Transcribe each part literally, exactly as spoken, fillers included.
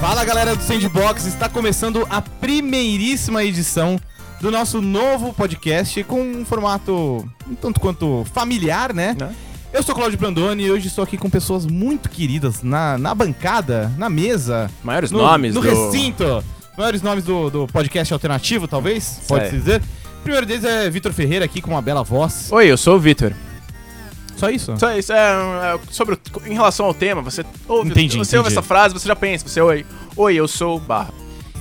Fala galera do Sandbox, está começando a primeiríssima edição do nosso novo podcast com um formato um tanto quanto familiar, né? Não. Eu sou Cláudio Brandoni e hoje estou aqui com pessoas muito queridas na, na bancada, na mesa. Maiores no, nomes no do... recinto. Maiores nomes do, do podcast alternativo, talvez, pode-se dizer. O primeiro deles é Vitor Ferreira aqui com uma bela voz. Oi, eu sou o Vitor. Só isso? Só isso. É, é, sobre o, em relação ao tema, você ouve, entendi, você entendi. ouve essa frase, você já pensa, você oi, oi, eu sou barra.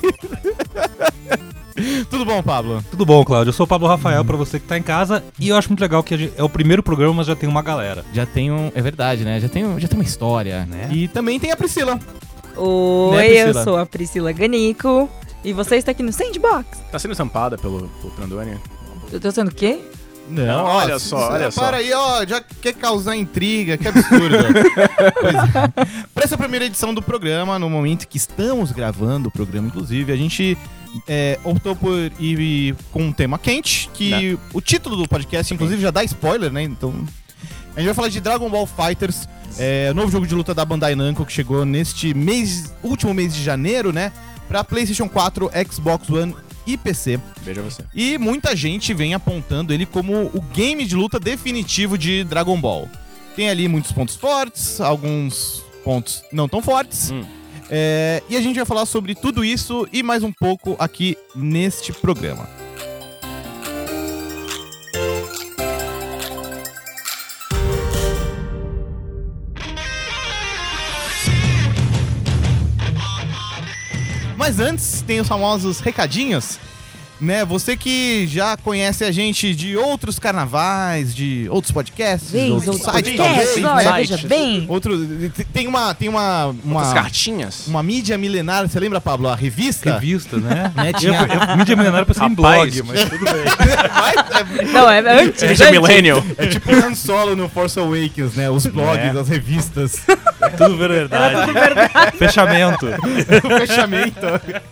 Tudo bom, Pablo? Tudo bom, Cláudio. Eu sou o Pablo Rafael, pra você que tá em casa. E eu acho muito legal que a gente, é o primeiro programa, mas já tem uma galera. Já tem um... É verdade, né? Já tem, já tem uma história. Né? E também tem a Priscila. Oi, né, Priscila? Eu sou a Priscila Ganico. E você está aqui no Sandbox. Tá sendo estampada pelo, pelo Brandoni? Eu tô sendo o quê? Não, olha ó, só, olha só. Para aí, ó, já quer causar intriga, que absurdo. Pois é. Para essa primeira edição do programa, no momento que estamos gravando o programa, inclusive, a gente é, optou por ir com um tema quente, que Não. o título do podcast, inclusive, já dá spoiler, né? Então, a gente vai falar de Dragon Ball FighterZ, é, novo jogo de luta da Bandai Namco, que chegou neste mês, último mês de janeiro, né? Pra PlayStation quatro, Xbox One e P C. Veja você. E muita gente vem apontando ele como o game de luta definitivo de Dragon Ball. Tem ali muitos pontos fortes, alguns pontos não tão fortes. Hum. É, e a gente vai falar sobre tudo isso e mais um pouco aqui neste programa. Mas antes, tem os famosos recadinhos, né? Você que já conhece a gente de outros carnavais, de outros podcasts, Vez, outros outros sites, podcasts, talvez, olha, né? veja bem. Outro, tem uma, tem uma, uma, Outras cartinhas. uma mídia milenar, você lembra, Pablo? A revista? Revista, né? né? Tinha... eu, eu, mídia milenar pra ser em blog, mas tudo bem. Mas, Não, é antes. Mídia antes. Millennial. é, é tipo Han Solo no Force Awakens, né? Os blogs, É. as revistas. É tudo verdade. Era tudo verdade. Fechamento. O fechamento.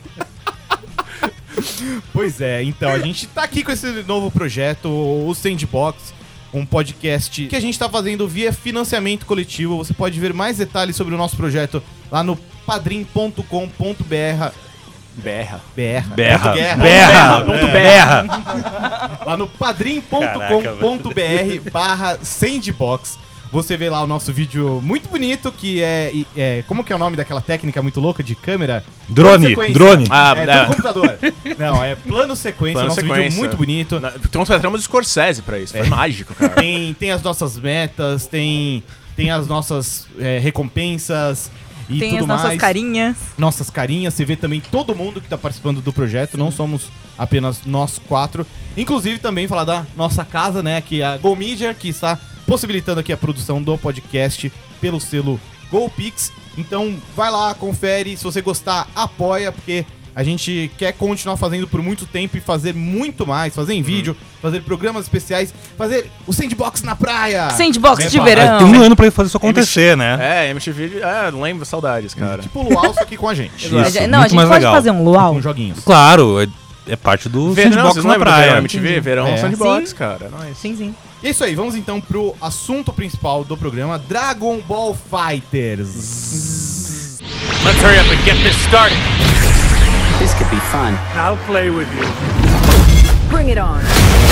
Pois é, então a gente tá aqui com esse novo projeto, o Sandbox, um podcast que a gente tá fazendo via financiamento coletivo. Você pode ver mais detalhes sobre o nosso projeto lá no padrim ponto com ponto b r. Berra. Berra. Berra. Berra. Berra. Ponto Berra. Lá no padrim ponto com ponto b r barra Sandbox. Você vê lá o nosso vídeo muito bonito, que é, é... Como que é o nome daquela técnica muito louca de câmera? Drone. Drone. Ah, É, é. do computador. Não, é plano sequência, Plano nosso sequência. vídeo muito bonito. Contratamos o Scorsese pra isso, foi mágico, cara. Tem, tem as nossas metas, tem, tem as nossas é, recompensas e Tem tudo as nossas mais. carinhas. Nossas carinhas, você vê também todo mundo que tá participando do projeto, não somos apenas nós quatro. Inclusive também falar da nossa casa, né, que é a Go Media, que está possibilitando aqui a produção do podcast pelo selo GoPix. Então vai lá, confere, se você gostar, apoia, porque a gente quer continuar fazendo por muito tempo e fazer muito mais, fazer em vídeo, fazer programas especiais, fazer o Sandbox na praia. Sandbox Né, de Pablo? verão. Tem um ano pra fazer isso acontecer, né? É, M T V, é, lembro, saudades, cara. Tipo o Luau, só aqui com a gente. Isso, Não, a muito gente mais pode legal. fazer um luau. Com joguinhos. Claro, é, é parte do Verão, Sandbox vocês não na lembram do Verão praia. M T V? Verão É. Sandbox, Sim. cara. Nice. Sim, sim. E é isso aí, vamos então pro assunto principal do programa, Dragon Ball FighterZ. Let's hurry up and get this started. This could be fun. I'll play with you. Bring it on.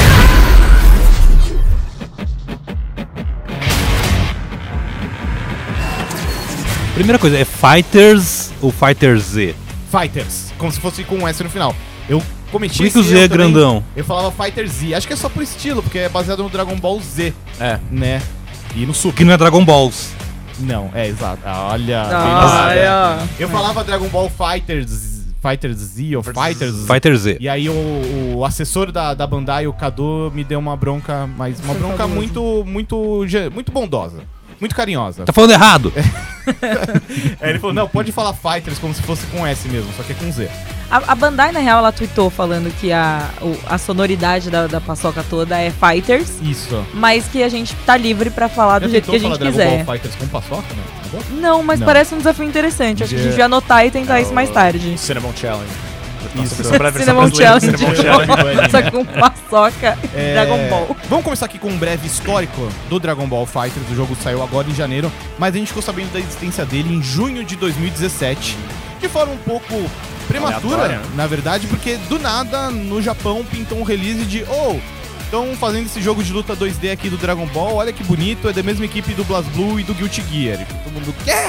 Primeira coisa, é Fighters ou Fighter Z? Fighters, como se fosse com um S no final. Eu cometi Por que esse que o Z erro é também. grandão? Eu falava Fighter Z, acho que é só por estilo, porque é baseado no Dragon Ball Z, É. né? E no Super. Que não é Dragon Balls. Não, é exato. Ah, olha. Ah, bem- é. Eu falava Dragon Ball Fighters, Fighters Z ou Fighters. Fighter Z. E aí o, o assessor da, da Bandai, o Kado, me deu uma bronca, mas uma bronca muito, muito, ge- muito bondosa. Muito carinhosa. Tá falando errado. Aí ele falou, não, pode falar Fighters como se fosse com S mesmo, só que é com Z. A, a Bandai, na real, ela tweetou falando que a, o- a sonoridade da, da paçoca toda é Fighters, Isso. mas que a gente tá livre pra falar do Já jeito que a tentou gente falar Dragon quiser. Ball Fighters com paçoca, né? Tá bom? Não, mas Não. parece um desafio interessante. Acho que a gente Yeah. vai anotar e tentar isso mais tarde. Cinnamon Challenge. Isso. Versão bra- versão Cinnamon brasileira, Challenge. Cinnamon Challenge. Só com paçoca É, Dragon Ball. Vamos começar aqui com um breve histórico do Dragon Ball FighterZ. O jogo saiu agora em janeiro, mas a gente ficou sabendo da existência dele em junho de dois mil e dezessete. de forma um pouco prematura, Aleatória, né? na verdade, porque do nada no Japão pintou um release de oh, estão fazendo esse jogo de luta dois D aqui do Dragon Ball, olha que bonito, é da mesma equipe do BlazBlue e do Guilty Gear. E todo mundo, quê?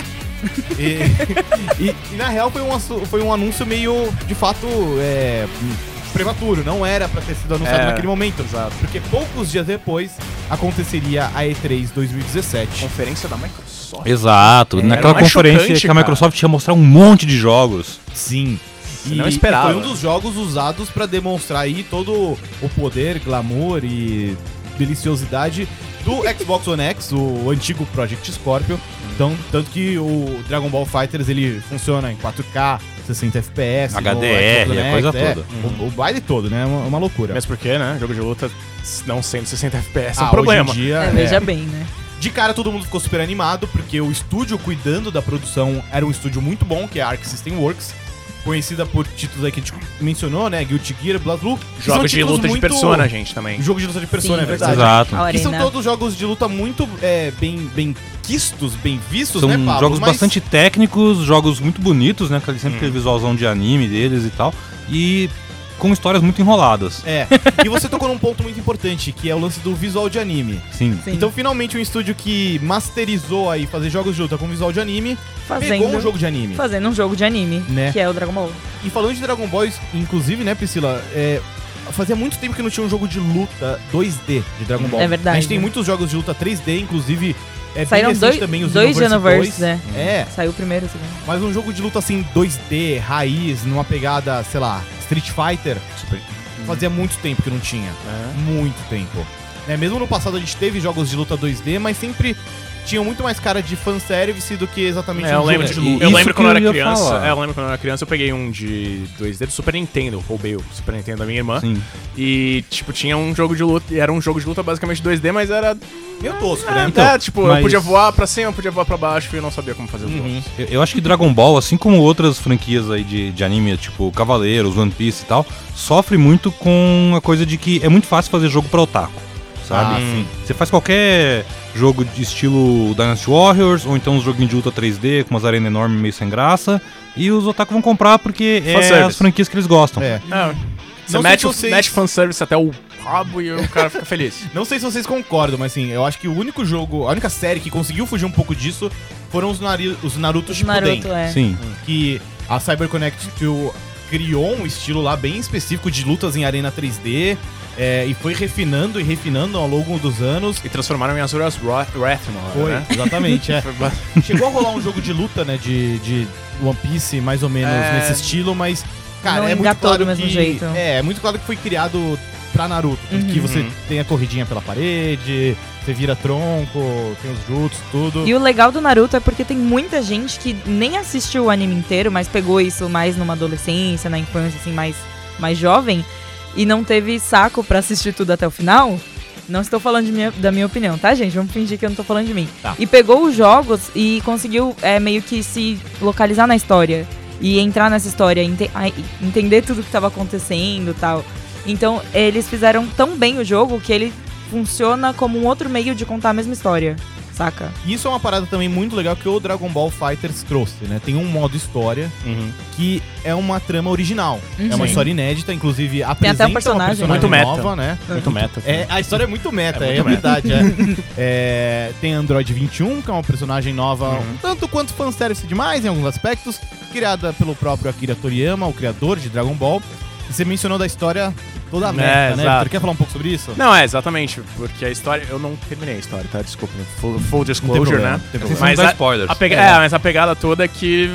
e, e, e na real foi um, assu- foi um anúncio meio, de fato, é, prematuro, não era pra ter sido anunciado É, naquele momento. exato. Porque poucos dias depois aconteceria a E três dois mil e dezessete. Conferência da Microsoft. Exato, É, naquela era mais conferência chocante, que a cara. Microsoft ia mostrar um monte de jogos. Sim. Você não esperava. e foi um dos jogos usados pra demonstrar aí todo o poder, glamour e deliciosidade do Xbox One X, o antigo Project Scorpio. Então, tanto que o Dragon Ball FighterZ ele funciona em quatro K, sessenta F P S, H D no R, Xbox One a coisa X, é, toda. O, o baile todo, né? É uma, uma loucura. Mesmo porque, né? Jogo de luta não sendo sessenta F P S é Ah, um problema. hoje em dia, É, é, veja bem, né? de cara todo mundo ficou super animado, porque o estúdio cuidando da produção era um estúdio muito bom, que é a Arc System Works, conhecida por títulos aí que a gente mencionou, né? Guilty Gear, BlazBlue. que são Jogos de títulos luta muito- de Persona, gente, também. Jogo de luta de Persona, Sim, é verdade. Exato. A Que são Arena. todos jogos de luta muito é, bem, bem quistos, bem vistos, São né, Pablo? jogos Mas- bastante técnicos, jogos muito bonitos, né? Aquele- sempre aquele visualzão de anime deles e tal. E com histórias muito enroladas. É, e você tocou num ponto muito importante, que é o lance do visual de anime. Sim. Sim. Então, finalmente, um estúdio que masterizou aí fazer jogos de luta com visual de anime, fazendo, pegou um jogo de anime. fazendo um jogo de anime, Né? que é o Dragon Ball. E falando de Dragon Ball, inclusive, né, Priscila, é, fazia muito tempo que não tinha um jogo de luta dois D de Dragon Ball. É verdade. A gente tem muitos jogos de luta três D, inclusive, é Saíram bem recente dois, também os dois Xenoverse Xenoverse, né? É, Saiu o primeiro, o segundo. mas um jogo de luta assim, dois D, raiz, numa pegada, sei lá, Street Fighter, fazia muito tempo que não tinha. Muito tempo. Né, mesmo no passado a gente teve jogos de luta dois D, mas sempre tinham muito mais cara de fanservice do que exatamente É, eu um lembro, jogo de, de luta. eu Isso lembro que quando eu eu era ia criança. falar. É, eu lembro quando eu era criança, eu peguei um de dois D do Super Nintendo, roubei o Super Nintendo da minha irmã. Sim. E, tipo, tinha um jogo de luta. E era um jogo de luta basicamente dois D, mas era. Meio tosco, É, né? é, tipo, eu mas- podia voar pra cima, eu podia voar pra baixo e eu não sabia como fazer os Uhum. jogos. Eu, eu acho que Dragon Ball, assim como outras franquias aí de, de anime, tipo Cavaleiros, One Piece e tal, sofre muito com a coisa de que é muito fácil fazer jogo pra otaku, sabe? Ah, sim. Você faz qualquer jogo de estilo Dynasty Warriors, ou então um joguinho de luta três D com umas arenas enormes meio sem graça, e os otaku vão comprar porque é Fanservice. as franquias que eles gostam. É. É, você Não sei mete, se o, vocês- mete fanservice até o rabo e o cara fica feliz. Não sei se vocês concordam, mas assim, eu acho que o único jogo, a única série que conseguiu fugir um pouco disso foram os, Nari, os Naruto Shippuden. Naruto, é. Sim. Que a CyberConnect dois criou um estilo lá bem específico de lutas em arena três D é, e foi refinando e refinando ao longo dos anos. E transformaram em Azura's Wrath, Wrath uma hora, Foi, né? exatamente, é. Foi ba- Chegou a rolar um jogo de luta, né, de, de One Piece, mais ou menos É. nesse estilo, mas, cara, Não é muito engatou claro do mesmo que... jeito. É, é muito claro que foi criado pra Naruto. Tanto que você Uhum. tem a corridinha pela parede, você vira tronco, tem os jutsu, tudo. E o legal do Naruto é porque tem muita gente que nem assistiu o anime inteiro, mas pegou isso mais numa adolescência, na infância, assim, mais, mais jovem, e não teve saco pra assistir tudo até o final. Não estou falando de minha- da minha opinião, tá, gente? Vamos fingir que eu não tô falando de mim. Tá. E pegou os jogos e conseguiu é, meio que se localizar na história. E entrar nessa história, ente- ai, entender tudo que tava acontecendo e tal. Então, eles fizeram tão bem o jogo que ele funciona como um outro meio de contar a mesma história, saca? E isso é uma parada também muito legal que o Dragon Ball FighterZ trouxe, né? Tem um modo história Uhum. que é uma trama original. Uhum. É uma Sim. história inédita, inclusive até um apresenta personagem, uma né? personagem Muito nova, né? Muito meta. É, a história é muito meta, É é, muito meta. verdade. É. É, tem Android vinte e um, que é uma personagem nova, Uhum. um tanto quanto fanservice demais em alguns aspectos, criada pelo próprio Akira Toriyama, o criador de Dragon Ball. E você mencionou da história toda a meta, É, né? exato. Você quer falar um pouco sobre isso? Não, é, exatamente, porque a história... Eu não terminei a história, tá? Desculpa. Full, full disclosure, problema, né? não tem problema. Mas Mas não dá a, spoilers. a pega- É. é, mas a pegada toda é que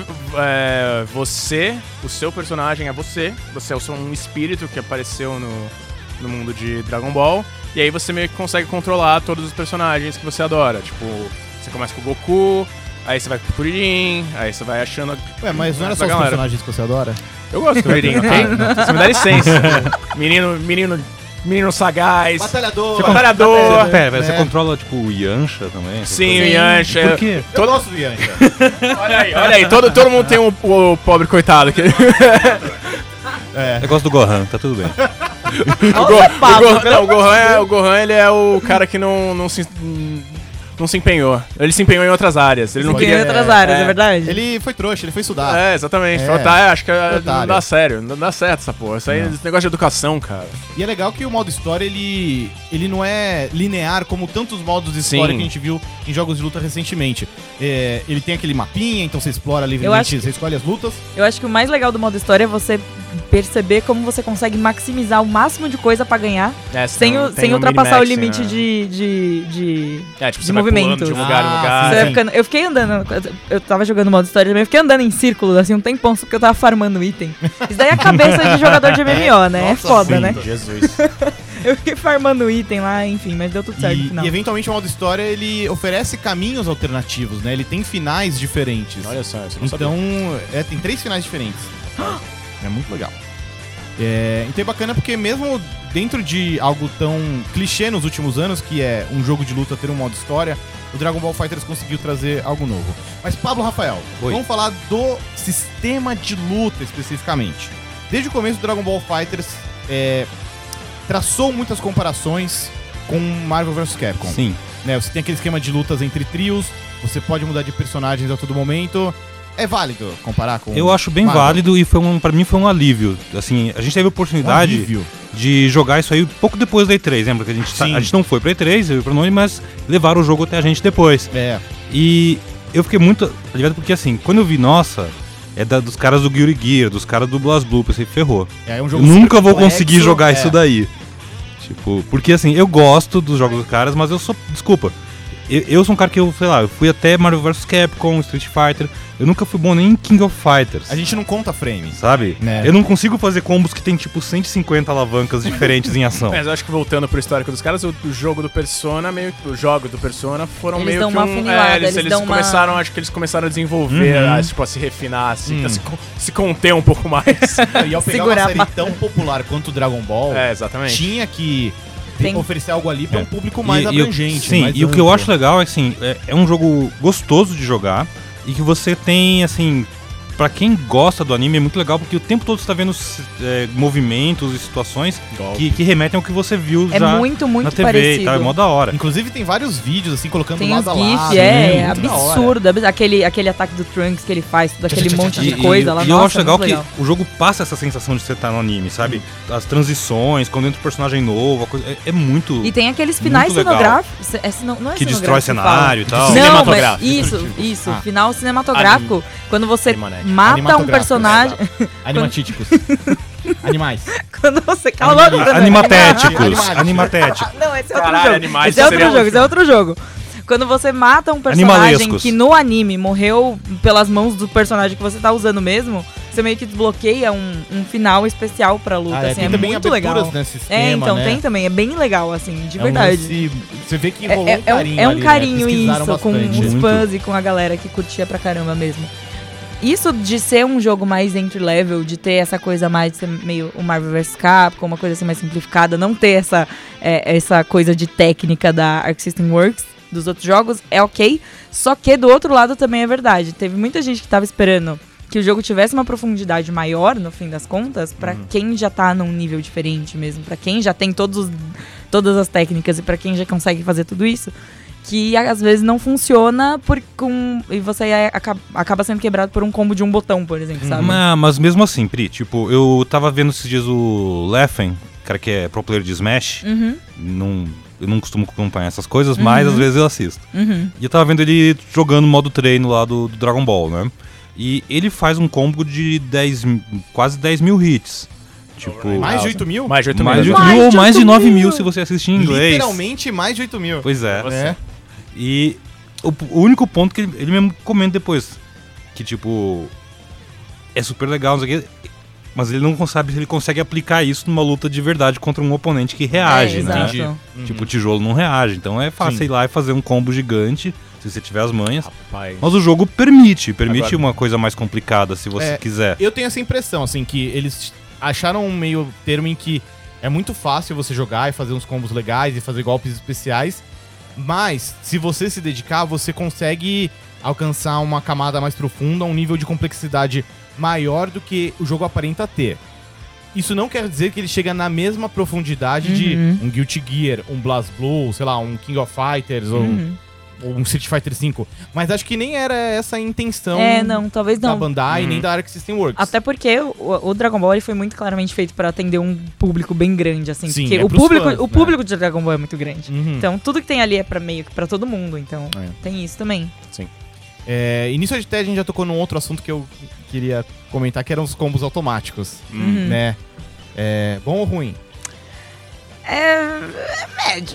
é, você, o seu personagem é você, você é só um espírito que apareceu no, no mundo de Dragon Ball, e aí você meio que consegue controlar todos os personagens que você adora. Tipo, você começa com o Goku, aí você vai pro Kuririn, aí você vai achando... Ué, mas não era só a os galera. personagens que você adora? Eu gosto do Kuririn, ok? Você me dá licença. Menino, menino, menino sagaz. Batalhador! Batalhador. Pera, pera, você É. controla tipo o Yancha também? essas Sim, o coisas? Yancha. Por quê? Eu gosto do Yancha. Olha aí, olha aí, todo, todo mundo tem o, o pobre coitado aqui. Eu gosto do Gohan, tá tudo bem. O, Go- o Gohan, não, o Gohan, é, o Gohan ele é o cara que não, não se. não se empenhou. Ele se empenhou em outras áreas. Ele não Porque queria... em outras áreas, é, é. verdade. Ele foi trouxa, ele foi estudar. É, exatamente. É. Foi otário, acho que é, Otário. não dá sério. Não dá certo essa porra. Isso aí, esse negócio de educação, cara. E é legal que o modo história, ele, ele não é linear como tantos modos de história Sim. que a gente viu em jogos de luta recentemente. É, ele tem aquele mapinha, então você explora Eu livremente, acho que- você escolhe as lutas. Eu acho que o mais legal do modo história é você perceber como você consegue maximizar o máximo de coisa pra ganhar, É, sem, senão o- tem sem um ultrapassar o minimax, limite né? de, de, de, É, tipo, de você vai movimento. pulando de um lugar em Ah, lugar. sim, Você vai sim. ficando- eu fiquei andando, eu tava jogando modo história também, eu fiquei andando em círculos, assim, um tempão, só porque eu tava farmando item. Isso daí é a cabeça de jogador de M M O, né? É Nossa, foda, sim. né? Jesus. Eu fiquei farmando item lá, enfim, mas deu tudo certo no E, final. e eventualmente o modo história, ele oferece caminhos alternativos, né? Ele tem finais diferentes. Olha só, isso eu não sabia. Então, é, tem três finais diferentes. É muito legal. É, então é bacana porque mesmo dentro de algo tão clichê nos últimos anos, que é um jogo de luta ter um modo história, o Dragon Ball FighterZ conseguiu trazer algo novo. Mas Pablo Rafael, Oi. vamos falar do sistema de luta especificamente. Desde o começo do Dragon Ball FighterZ, é, traçou muitas comparações com Marvel versus. Capcom. Sim. Né, você tem aquele esquema de lutas entre trios, você pode mudar de personagens a todo momento. É válido comparar com Eu acho bem Marvel? válido e foi um, pra mim foi um alívio. Assim, a gente teve a oportunidade Alívio. de jogar isso aí pouco depois da E três, lembra? Que a gente, Sim. a gente não foi pra E três, eu e pra Noni, mas levaram o jogo até a gente depois. É. E eu fiquei muito aliviado porque, assim, quando eu vi, nossa, é da- dos caras do Guilty Gear, dos caras do BlazBlue, eu pensei, ferrou. É um Eu jogo nunca super vou complexo, conseguir jogar é. isso daí. Tipo, porque assim, eu gosto dos jogos dos caras, mas eu sou. Desculpa. Eu, eu sou um cara que eu, sei lá, eu fui até Marvel versus. Capcom, Street Fighter. Eu nunca fui bom nem em King of Fighters. A gente não conta frames. Sabe? Né. Eu não consigo fazer combos que tem tipo cento e cinquenta alavancas diferentes em ação. Mas eu acho que voltando pro histórico dos caras, o, o jogo do Persona, meio que. Os jogos do Persona foram Eles meio dão que uma um. afunilada, é, eles eles eles dão uma- começaram, acho que eles começaram a desenvolver, Uhum. a, tipo, a se refinar, assim, Hum. a se, con- se conter um pouco mais. E ao pegar Segurar uma série a tão popular quanto o Dragon Ball, é, exatamente. tinha que ter- Tem- oferecer algo ali pra É. um público mais E- e o- abrangente. Sim, mais e o que eu amplo. acho legal é assim, é, é um jogo gostoso de jogar e que você tem, assim, pra quem gosta do anime é muito legal porque o tempo todo você tá vendo é, movimentos e situações que, que remetem ao que você viu É já muito, muito na T V parecido. e tal, é mó da hora. Inclusive tem vários vídeos, assim, colocando Tem lado os a lado. GIFs, é, é muito da hora. absurdo. abs- Aquele, aquele ataque do Trunks que ele faz, todo aquele tchá, tchá, monte tchá, de tchá. coisa lá. E eu Nossa, acho legal muito que o jogo passa essa sensação de você estar no anime, sabe? As transições, quando entra um personagem novo, a coisa, é, é muito... E tem aqueles finais Muito legal. cenográficos. É, sino- não é que destrói cenográfico que fala. cenário e tal. Não, mas Cinematográfico. isso, isso, Ah. final cinematográfico, quando você Animanético. mata um Animatográfico, personagem, é, Animatíticos. Animais. quando você cala logo, Bruno. Animatéticos, Animáticos. animatéticos. Não, esse é outro Caralho, jogo. animais Esse é outro seriam- jogo, esse é outro jogo. Quando você mata um personagem Animalescos. que no anime morreu pelas mãos do personagem que você tá usando mesmo, você meio que desbloqueia um, um final especial pra luta, Ah, é, assim, tem é também muito aberturas legal. nesse esquema, É, então, né? tem também, é bem legal, assim, de É um verdade. lance- você vê que É, rolou é- um é um- carinho é um ali, né? carinho Pesquisaram isso, com bastante. os Muito. fãs e com a galera que curtia pra caramba mesmo. Isso de ser um jogo mais entry-level, de ter essa coisa mais de ser meio o Marvel versus. Capcom, uma coisa assim mais simplificada, não ter essa, é, essa coisa de técnica da Arc System Works dos outros jogos, é ok. Só que do outro lado também é verdade. Teve muita gente que tava esperando que o jogo tivesse uma profundidade maior, no fim das contas, pra quem já tá num nível diferente mesmo, pra quem já tem todos os, todas as técnicas e pra quem já consegue fazer tudo isso, que às vezes não funciona por, com, e você é- acaba, acaba sendo quebrado por um combo de um botão, por exemplo, sabe? Mas, mas mesmo assim, Pri, tipo, eu tava vendo esses dias o Leffen, cara que é pro player de Smash, Uhum, não, eu não costumo acompanhar essas coisas, mas às vezes eu assisto. uhum. E eu tava vendo ele jogando modo treino lá do, do Dragon Ball, né? E ele faz um combo de dez, mi- quase dez mil hits. Tipo, Mais de oito mil? Mais de oito mais de mil. oito Mais mil ou de mais de oito nove mil. mil se você assistir em inglês. Literalmente mais de oito mil. Pois é. É. E o, o único ponto que ele, ele mesmo comenta depois, que tipo, é super legal, não sei o quê, mas ele não sabe se ele consegue aplicar isso numa luta de verdade contra um oponente que reage, é, né? exato. Uhum. Tipo, o tijolo não reage, então é fácil Sim. ir lá e fazer um combo gigante, se você tiver as manhas. Rapaz. Mas o jogo permite, permite Agora- uma coisa mais complicada se você É, quiser. Eu tenho essa impressão, assim, que eles acharam um meio termo em que é muito fácil você jogar e fazer uns combos legais e fazer golpes especiais, mas se você se dedicar, você consegue alcançar uma camada mais profunda, um nível de complexidade maior do que o jogo aparenta ter. Isso não quer dizer que ele chega na mesma profundidade Uhum. de um Guilty Gear, um BlazBlue, sei lá, um King of Fighters ou Uhum. ou um Street Fighter cinco. Mas acho que nem era essa a intenção É, não, talvez da não. Bandai, Uhum. nem da Arc System Works. Até porque o, o Dragon Ball ele foi muito claramente feito pra atender um público bem grande, assim. Sim, porque é o pros público, fãs, o né? público de Dragon Ball é muito grande. Uhum. Então, tudo que tem ali é pra meio que pra todo mundo. Então, É. tem isso também. É, e nisso até a gente já tocou num outro assunto que eu queria comentar, que eram os combos automáticos, Uhum. né? É, bom ou ruim? É. é médio.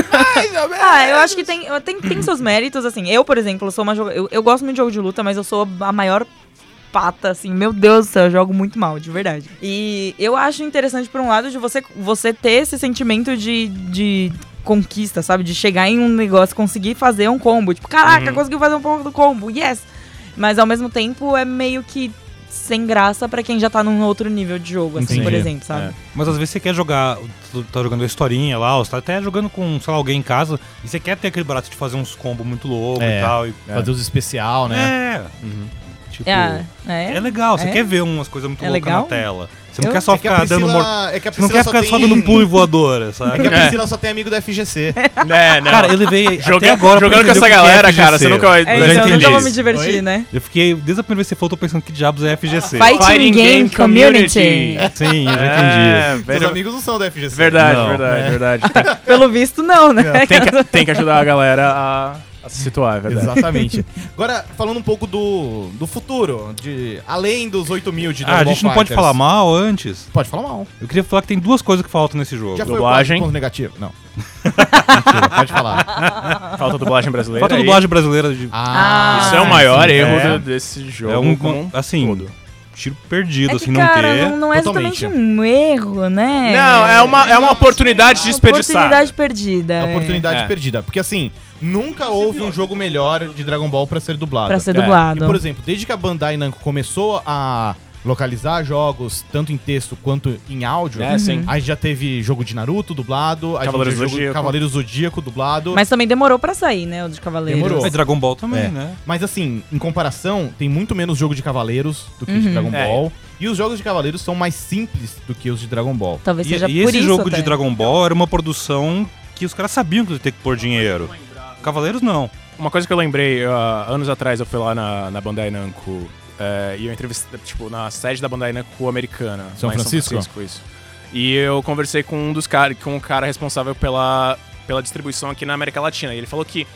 ah, eu acho que tem, tem, tem seus méritos, assim. Eu, por exemplo, eu sou uma joga... eu, eu gosto muito de jogo de luta, mas eu sou a maior pata, assim. Meu Deus do céu, eu jogo muito mal, de verdade. E eu acho interessante, por um lado, de você, você ter esse sentimento de, de conquista, sabe? De chegar em um negócio, conseguir fazer um combo. Tipo, caraca, Uhum. conseguiu fazer um pouco do combo, yes! Mas ao mesmo tempo é meio que sem graça pra quem já tá num outro nível de jogo, assim, Entendi. por exemplo, sabe? É. Mas às vezes você quer jogar, tu tá jogando a historinha lá, ou você tá até jogando com, sei lá, alguém em casa, e você quer ter aquele barato de fazer uns combos muito loucos É. e tal. E, Fazer os especial, né? É. Uhum. Tipo, É, é, é. legal, você É? quer ver umas coisas muito É loucas legal? na tela. Você não Eu- quer só É que a ficar dando Priscila- morto. é que a Você não Priscila quer só ficar tem... só dando pulo e voadora, É sabe? que a É. Priscila só tem amigo da F G C. Né, não. Cara, eu levei até Joga- agora pra jogando com entender essa o que é galera, F G C. cara, você nunca vai- É, Eu já então eu entendi nunca vou isso. me divertir, Oi? né? Eu fiquei, desde a primeira vez que você falou, tô pensando que diabos é F G C. Fighting, Fighting Game Game Community. Community. Sim, eu já É, entendi. Seus ver- amigos não são da F G C. verdade, Não. verdade, É. verdade. Tem, Pelo visto, não, né? tem que, tem que ajudar a galera a, a se situar, é verdade. Exatamente. Agora, falando um pouco do, do futuro, de além dos oito mil de Ah, Dragon a Ball gente não pode Fighters. falar mal antes? Pode falar mal. Eu queria falar que tem duas coisas que faltam nesse jogo. Já foi o Dublagem. quatro ponto negativo? Não. Mentira, pode falar. Falta dublagem brasileira. Falta aí. dublagem brasileira de... Ah, Isso é o maior sim, erro é. do- desse jogo. É um, como assim, todo. tiro perdido, É assim, que, não cara, ter. não, não é Totalmente. exatamente um erro, né? Não, é uma, é uma oportunidade desperdiçada. Oportunidade perdida. É é. oportunidade É. perdida. Porque assim, nunca houve um jogo melhor de Dragon Ball pra ser dublado. Pra ser É. dublado. E, por exemplo, desde que a Bandai Namco começou a localizar jogos, tanto em texto quanto em áudio, É, sim. a gente já teve jogo de Naruto dublado, a Cavaleiro gente já jogo Zodíaco. Cavaleiro Zodíaco dublado. Mas também demorou pra sair, né? O de Cavaleiros. Demorou. É Dragon Ball também, É. né? Mas assim, em comparação, tem muito menos jogo de Cavaleiros do que de Uhum. Dragon É. Ball. E os jogos de Cavaleiros são mais simples do que os de Dragon Ball. Talvez E, seja e por esse isso jogo até. de Dragon Ball era uma produção que os caras sabiam que ia ter que pôr dinheiro. Cavaleiros não. Uma coisa que eu lembrei, ah, anos atrás eu fui lá na, na Bandai Namco eh, e eu entrevistei, tipo, na sede da Bandai Namco americana. São lá em Francisco? São Francisco, isso. E eu conversei com um dos caras, com um cara responsável pela, pela distribuição aqui na América Latina. E ele falou que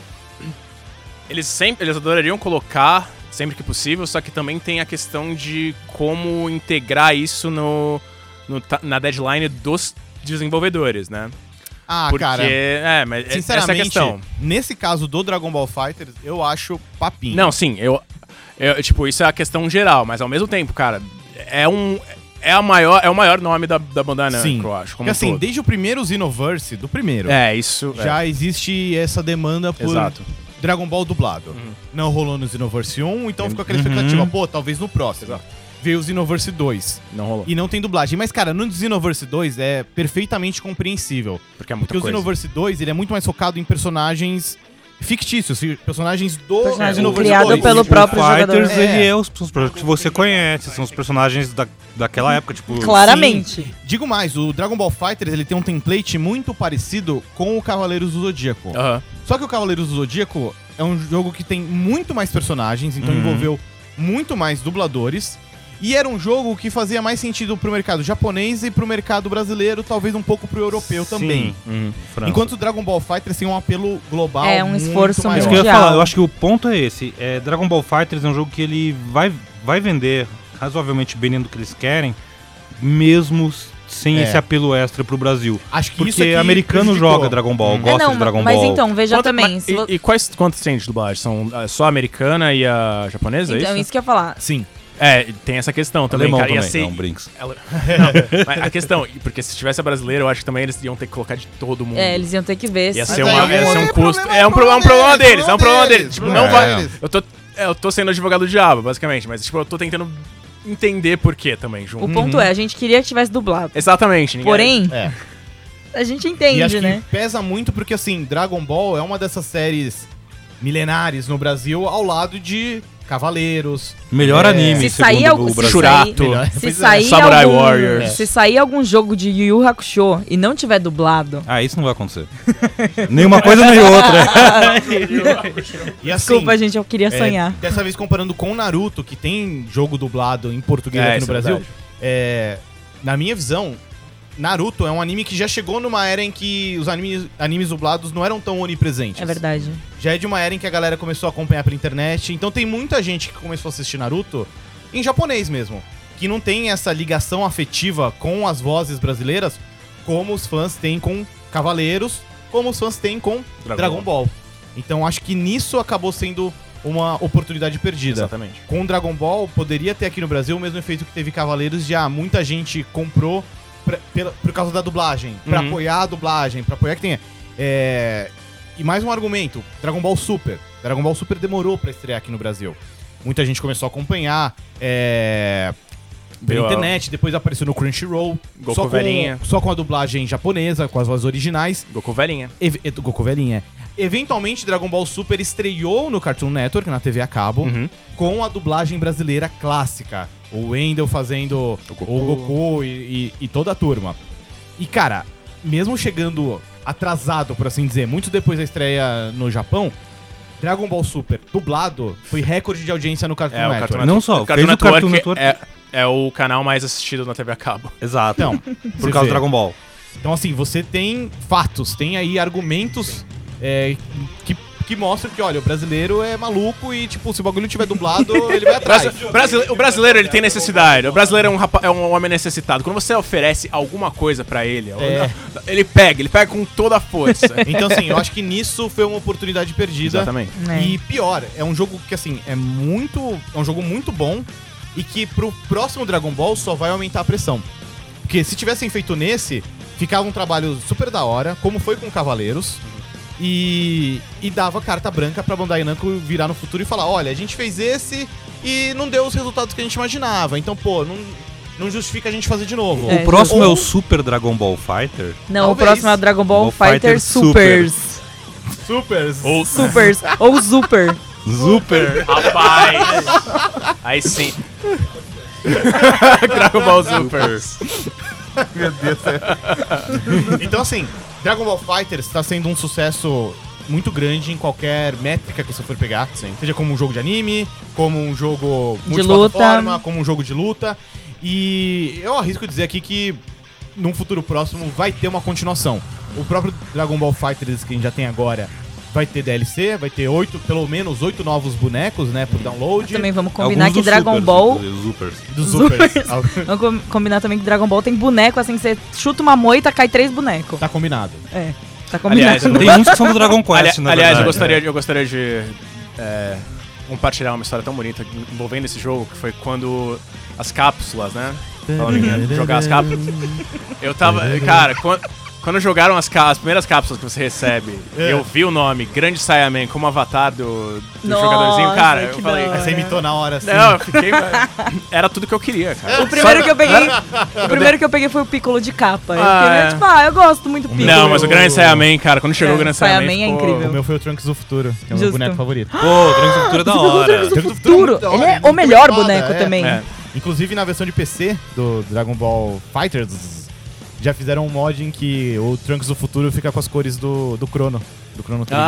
eles sempre, eles adorariam colocar sempre que possível, só que também tem a questão de como integrar isso no, no ta- na deadline dos desenvolvedores, né? Ah, Porque, cara, é, mas essa é a sinceramente, questão. nesse caso do Dragon Ball FighterZ, eu acho papinho. Não, sim, eu, eu- Tipo, isso é a questão geral, mas ao mesmo tempo, cara, é um. É, a maior, é o maior nome da, da Bandai Namco, Sim. eu acho. Como Porque assim, um todo. desde o primeiro Xenoverse, do primeiro, É, isso. já existe essa demanda por Exato. Dragon Ball dublado. Não rolou no Xenoverse um, então ficou aquela expectativa, pô, talvez no próximo. Exato. Veio o Xenoverse dois É, não rolou. e não tem dublagem. Mas, cara, no Xenoverse dois é perfeitamente compreensível. Porque é muita Porque o coisa. Xenoverse dois, ele é muito mais focado em personagens fictícios, personagens do Personagem Xenoverse criado dois. pelo o próprio Fighters, jogador. ele é os, os personagens que você conhece, são os personagens da, daquela época, tipo... Claramente. Digo mais, o Dragon Ball FighterZ, ele tem um template muito parecido com o Cavaleiros do Zodíaco. Aham. Só que o Cavaleiros do Zodíaco é um jogo que tem muito mais personagens, então Uhum. envolveu muito mais dubladores. E era um jogo que fazia mais sentido pro mercado japonês e pro mercado brasileiro, talvez um pouco pro europeu Sim. também. Uhum. França. Enquanto o Dragon Ball FighterZ tem um apelo global É, um muito esforço maior. Isso que eu ia mundial. falar, eu acho que o ponto é esse. É, Dragon Ball FighterZ é um jogo que ele vai, vai vender razoavelmente bem dentro do que eles querem, mesmo sem É. esse apelo extra pro Brasil. Acho que isso Porque aqui americano prejudicou. joga Dragon Ball, Hum. gosta é, não, de Dragon mas Ball. então, veja Quanto- também. mas- se vo- e, e quais quantos tem de dublagem? São ah, só a americana e a japonesa, Então, é isso? isso? que eu ia falar. Sim. É, tem essa questão também, Alemão cara. Ia também, ser- não, Brinks. Ela- Não, mas a questão, porque se tivesse a brasileira, eu acho que também eles iam ter que colocar de todo mundo. É, eles iam ter que ver. Ia se- ser, Mas uma, aí ia ser um é custo. problema- É um, pro- é um problema deles, é um problema deles, deles. Tipo, problema não vai. deles. Eu tô, é, eu tô sendo advogado do diabo, basicamente, mas tipo, eu tô tentando entender por quê também, junto. O ponto é, a gente queria que tivesse dublado. Exatamente. ninguém- Porém, É. a gente E acho entende, que né? pesa muito porque, assim, Dragon Ball é uma dessas séries milenares no Brasil ao lado de Cavaleiros. Melhor É. anime, Se sair segundo algum- o se Brasil. Churato. Melhor- Se Pois é. sair, Samurai algum, Warriors. se sair algum jogo de Yu Yu Hakusho e não tiver dublado, Ah, isso não vai acontecer. Nenhuma coisa nem outra. E assim, desculpa, gente, eu queria é, sonhar. dessa vez comparando com o Naruto, que tem jogo dublado em português É, aqui no isso é Brasil, verdade. é, na minha visão, Naruto é um anime que já chegou numa era em que os animes, animes dublados não eram tão onipresentes. É verdade. Já é de uma era em que a galera começou a acompanhar pela internet, então tem muita gente que começou a assistir Naruto em japonês mesmo, que não tem essa ligação afetiva com as vozes brasileiras como os fãs têm com Cavaleiros, como os fãs têm com Dragon Dragon, Ball. Então acho que nisso acabou sendo uma oportunidade perdida. Exatamente. Com o Dragon Ball, poderia ter aqui no Brasil o mesmo efeito que teve Cavaleiros, de ah, muita gente comprou pra, pela, por causa da dublagem, pra Uhum. apoiar a dublagem, pra apoiar que tenha. É... E mais um argumento, Dragon Ball Super. Dragon Ball Super demorou pra estrear aqui no Brasil. Muita gente começou a acompanhar é... pela Deu a- internet, depois apareceu no Crunchyroll. Goku só com, velhinha. só com a dublagem japonesa, com as vozes originais. Goku velhinha. Ev e- Goku velhinha. Eventualmente, Dragon Ball Super estreou no Cartoon Network, na T V a cabo, Uhum. com a dublagem brasileira clássica. O Wendell fazendo o Goku. Goku, e, e- e toda a turma. E, cara, mesmo chegando atrasado, por assim dizer, muito depois da estreia no Japão, Dragon Ball Super dublado foi recorde de audiência no Cartoon É, o Network. Cartoon Não só, O Cartoon fez o Cartoon Network Network. é, é o canal mais assistido na T V a cabo. Exato. Então, Por você causa vê. do Dragon Ball. Então, assim, você tem fatos, tem aí argumentos é, que, que mostram que, olha, o brasileiro é maluco e, tipo, se o bagulho tiver dublado, ele vai atrás. Brasi- brasile- o brasileiro, ele tem necessidade. O brasileiro é um, rapa- é um homem necessitado. Quando você oferece alguma coisa pra ele, É. ele pega, ele pega com toda a força. Então, assim, eu acho que nisso foi uma oportunidade perdida. Exatamente. É. E pior, é um jogo que, assim, é muito. É um jogo muito bom e que pro próximo Dragon Ball só vai aumentar a pressão. Porque se tivessem feito nesse, ficava um trabalho super da hora, como foi com Cavaleiros. E, e dava carta branca pra Bandai Namco virar no futuro e falar: olha, a gente fez esse e não deu os resultados que a gente imaginava. Então, pô, não, não justifica a gente fazer de novo. É, O próximo ou- é o Super Dragon Ball Fighter. Não, Talvez. o próximo é o Dragon Ball, Ball Fighter, Fighter Supers. Supers. Ou Supers. Ou Super. Super! rapaz. Aí sim. Dragon Ball Super. Meu Deus. Então, assim, Dragon Ball FighterZ está sendo um sucesso muito grande em qualquer métrica que você for pegar. Seja como um jogo de anime, como um jogo De multiplataforma, luta. como um jogo de luta. E eu arrisco dizer aqui que num futuro próximo vai ter uma continuação. O próprio Dragon Ball FighterZ que a gente já tem agora vai ter D L C, vai ter oito, pelo menos oito novos bonecos, né, por download. Também vamos combinar Alguns que dos Dragon supers, Ball... inclusive, os Supers. Dos Supers. Supers. Vamos com- combinar também que Dragon Ball tem boneco, assim, você chuta uma moita, cai três bonecos. Tá combinado. É, tá combinado. Aliás, eu Tem uns que são do Dragon Quest, Ali- na aliás, eu verdade. gostaria, eu gostaria de é, compartilhar uma história tão bonita envolvendo esse jogo, que foi quando as cápsulas, né? Falando em jogar as cápsulas. Eu tava. Cara, quando, quando jogaram as, cá- as primeiras cápsulas que você recebe, É. eu vi o nome Grande Saiyaman como avatar do, do Nossa, jogadorzinho, cara. Eu que falei. da hora. Aí você imitou na hora assim. Não, eu fiquei. Era tudo que eu queria, cara. O primeiro que eu peguei, o primeiro que eu peguei foi o Piccolo de capa. Eu Ah, queria, é. tipo, ah, eu gosto muito do Piccolo. Não, mas o Grande Saiyaman, cara, quando chegou É, o Grande Saiyaman Saiyaman. é ficou- incrível. O meu foi o Trunks do Futuro, que é o meu Justo. boneco favorito. Pô, Transcultura é da hora. Trunks do Trunks do Futuro. muito da hora, Ele é muito o melhor foda, boneco é. também. É. Inclusive na versão de P C do Dragon Ball FighterZ, já fizeram um mod em que o Trunks do Futuro fica com as cores do, do Chrono, do Chrono Trigger.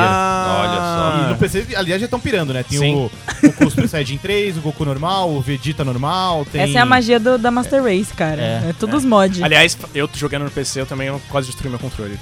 Ah, E no P C, aliás, já estão pirando, né? Tem Sim. o Goku Super Saiyajin três, o Goku normal, o Vegeta normal, tem... Essa é a magia do- da Master Race, cara. É, É, todos os mods. Aliás, eu jogando no P C, eu também quase destruí meu controle.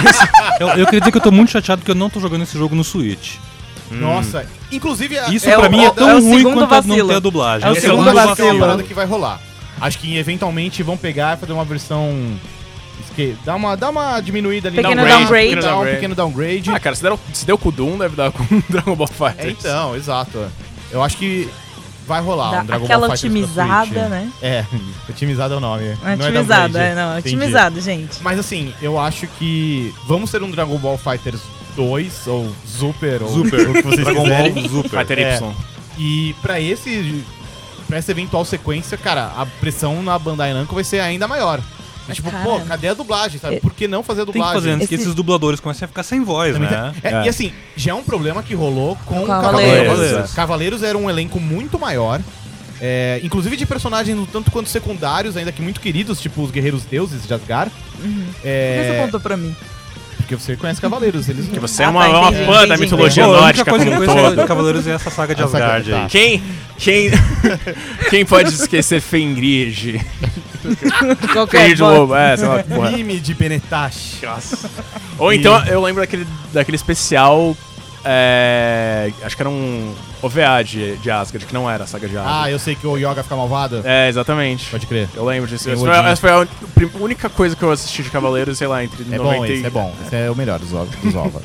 Eu, eu queria dizer que eu tô muito chateado porque eu não tô jogando esse jogo no Switch. Nossa, inclusive... a- Isso É pra o- mim é é tão o ruim segundo quanto a não vacilo. ter a dublagem. É o Esse segundo eu acho que é uma vacilo. parada que vai rolar. Acho que eventualmente vão pegar e fazer uma versão... esque- Dá uma, dá uma diminuída ali. Pequeno downgrade, downgrade. Dá um Downgrade. pequeno downgrade. Ah, cara, se, der, se deu com o Doom, deve dar com o Dragon Ball Fighter. É, então, exato. Eu acho que vai rolar Dá um Dragon aquela Ball FighterZ pra otimizada, Switch. né? É, otimizado é o nome. É não é otimizado, downgrade. é, não, é Entendi. otimizado, gente. Mas assim, eu acho que vamos ter um Dragon Ball FighterZ dois, ou Super, ou Super. o que vocês Dragon quiserem. Ball Super. Fighter É. Y. E pra esse... Pra essa eventual sequência, cara, a pressão na Bandai Namco vai ser ainda maior. É tipo, Cara. pô, cadê a dublagem, sabe? É- Por que não fazer a Tem que dublagem? fazer antes que Esse- esses dubladores comecem a ficar sem voz, Também né? tem- é, E assim, já é um problema que rolou com Cavaleiros. Cavaleiros. Cavaleiros era um elenco muito maior. É, inclusive de personagens um tanto quanto secundários, ainda que muito queridos, tipo os Guerreiros Deuses de Asgard. Por que você É, apontou pra mim? porque você conhece Cavaleiros, eles Que não... você é Ah, uma, tá, uma entendi, fã da entendi, mitologia Pô, a única nórdica coisa que como eu um conheço todo. de Cavaleiros é essa saga de A saga- Asgard tá. aí. Quem, quem, quem pode esquecer Fenrir? Qualquer Fenrir de bosta. lobo, é, sei lá, porra. Mime de Benetash. Nossa. Ou então, eu lembro daquele, daquele especial, é, acho que era um O V A de, de Asgard, que não era a saga de Asgard. Ah, eu sei que o Yoga fica malvado. É, exatamente. Pode crer. Eu lembro disso. Tem Essa o foi, Odin. essa foi a prim- única coisa que eu assisti de Cavaleiros, sei lá, entre É noventa bom e... esse, é bom. Esse é o melhor dos ovos. Dos ovos.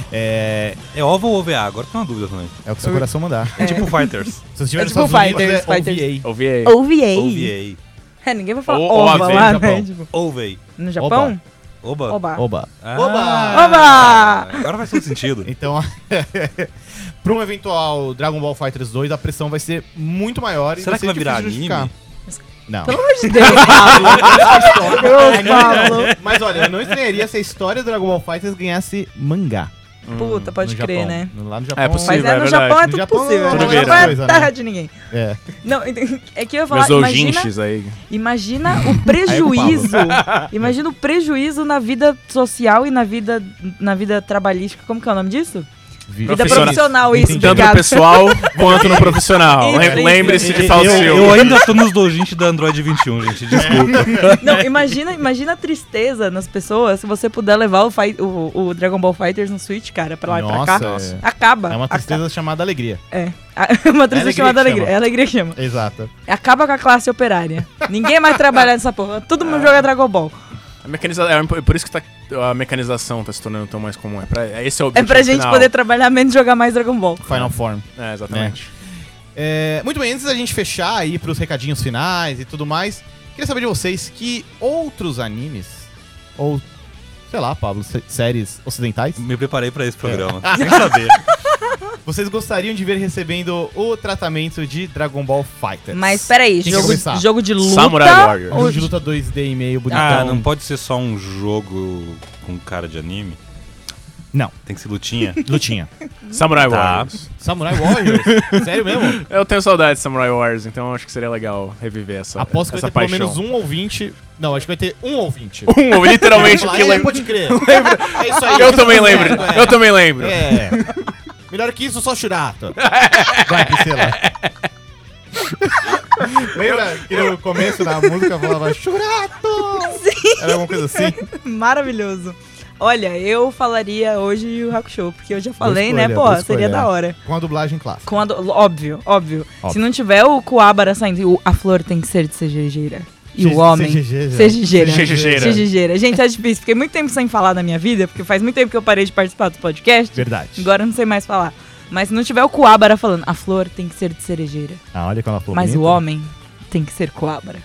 É, É OVA ou O V A? Agora tem uma dúvida também. é o que seu coração mandar. É tipo Fighters. Se você estiver É nos tipo Estados Unidos, Fighters, é Fighters. O V A. O V A. O V A. O V É, ninguém vai falar Ou- ou Ova A V lá, no né? Japão. Tipo, A. O V no Japão? Oba. Oba. Oba. Ah, Oba! Oba! Agora faz todo sentido. Então, pra um eventual Dragon Ball FighterZ dois, a pressão vai ser muito maior. e Será que ser vai virar difícil de anime? justificar. Não. Pelo amor de Deus, Pablo. Deus, Pablo. Mas olha, eu não estranharia se a história do Dragon Ball FighterZ ganhasse mangá. Puta, pode no crer, Japão. né? Lá no Japão. É possível. Mas é, é no verdade. Japão é No tudo Japão, possível. tudo No vira Japão é coisa, terra né? de ninguém. É. Não, é que eu ia falar, Meus imagina, doujinshis aí. imagina o prejuízo. Imagina o prejuízo na vida social e na vida, na vida trabalhística. Como que é o nome disso? Vida Profissional. profissional, isso, Entendi. Tanto no obrigado. pessoal quanto no profissional. Isso, Lem- isso. Lembre-se de Eu, Falsil. eu ainda tô nos doujinshi da Android vinte e um, gente. Desculpa. Não, imagina, imagina a tristeza nas pessoas se você puder levar o, fight, o, o Dragon Ball FighterZ no Switch, cara, pra lá e pra cá. Nossa, é. Acaba. É uma Aca- tristeza chamada alegria. É. É uma tristeza alegria chamada que alegria. chama. É a alegria que chama. Exato. Acaba com a classe operária. Ninguém mais trabalha nessa porra. Todo mundo joga Dragon Ball. A mecaniza... É por isso que tá... a mecanização tá se tornando tão mais comum. É pra... Esse é o É objetivo pra gente final. poder trabalhar menos e jogar mais Dragon Ball. Final Form. É, exatamente. É, muito bem, antes da gente fechar aí pros recadinhos finais e tudo mais, queria saber de vocês que outros animes, ou, sei lá, Pablo, sé- séries ocidentais, Me preparei pra esse programa, sem saber. vocês gostariam de ver recebendo o tratamento de Dragon Ball FighterZ? Mas peraí, Quem quer jogo, começar? jogo de luta. Samurai Warriors. ou- Jogo de luta dois D e meio bonitão. Ah, não pode ser só um jogo com cara de anime? Não. Tem que ser lutinha? Lutinha. Samurai Tá. Warriors. Samurai Warriors? Sério mesmo? Eu tenho saudade de Samurai Warriors, então acho que seria legal reviver essa, Aposto que essa vai ter pelo paixão. menos um ouvinte. Não, acho que vai ter um ouvinte. Um, literalmente, Falar, que "É, lembra. pode crer. É isso aí. Eu também lembro. É. Eu também lembro. É. Melhor que isso, só Churato. Vai, Priscila. Lembra que no começo da música falava Churato? Sim. Era alguma coisa assim? Maravilhoso. Olha, eu falaria hoje Yu Yu Hakusho, porque eu já falei, escolha, né? boa Pô, escolha. seria da hora. Com a dublagem clássica. Com a do- Óbvio, óbvio, Óbvio. Se não tiver o Kuwabara saindo, o- a flor tem que ser de cerejeira. E C- o homem. cerejeira. Cerejeira. Cerejeira. Cerejeira. Gente, é difícil. Fiquei muito tempo sem falar na minha vida, porque faz muito tempo que eu parei de participar do podcast. Verdade. Agora eu não sei mais falar. Mas se não tiver o Kuwabara falando, a flor tem que ser de cerejeira. Ah, olha quando ela falou Mas bonito. o homem tem que ser Kuwabara.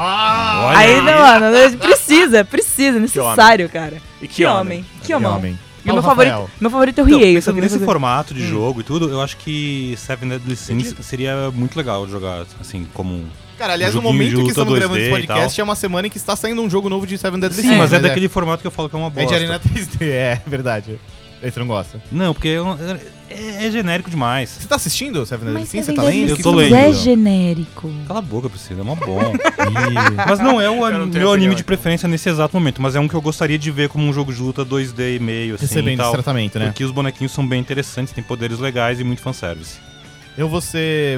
Ah! Olha Aí, não, mano, precisa, precisa, necessário, cara. E que homem. Que homem. homem. E meu Fala, favorito, Rafael. meu favorito é o Então, Riei. eu só pensando queria nesse fazer- formato de jogo e tudo, eu acho que Seven Deadly Sins seria muito legal de jogar, assim, como um... Cara, aliás, Um no joguinho momento de que luta estamos gravando esse dois D e podcast tal. é uma semana em que está saindo um jogo novo de Seven Deadly Sim, Sins. mas é daquele formato que eu falo que é uma É bosta. de Arena três D, é verdade. Aí você não gosta. Não, porque é, um- é- é genérico demais. Você tá assistindo Seven Deadly Mas Sins? Você Seven tá Deadly lendo? Eu tô Sins lendo. é genérico. Cala a boca, Priscila, é mó bom. Mas não é o Eu an- não tenho meu anime opinião, de então. preferência nesse exato momento, mas é um que eu gostaria de ver como um jogo de luta dois D e meio, assim, e Recebendo esse tal. tratamento, né? Porque os bonequinhos são bem interessantes, têm poderes legais e muito fanservice. Eu vou ser...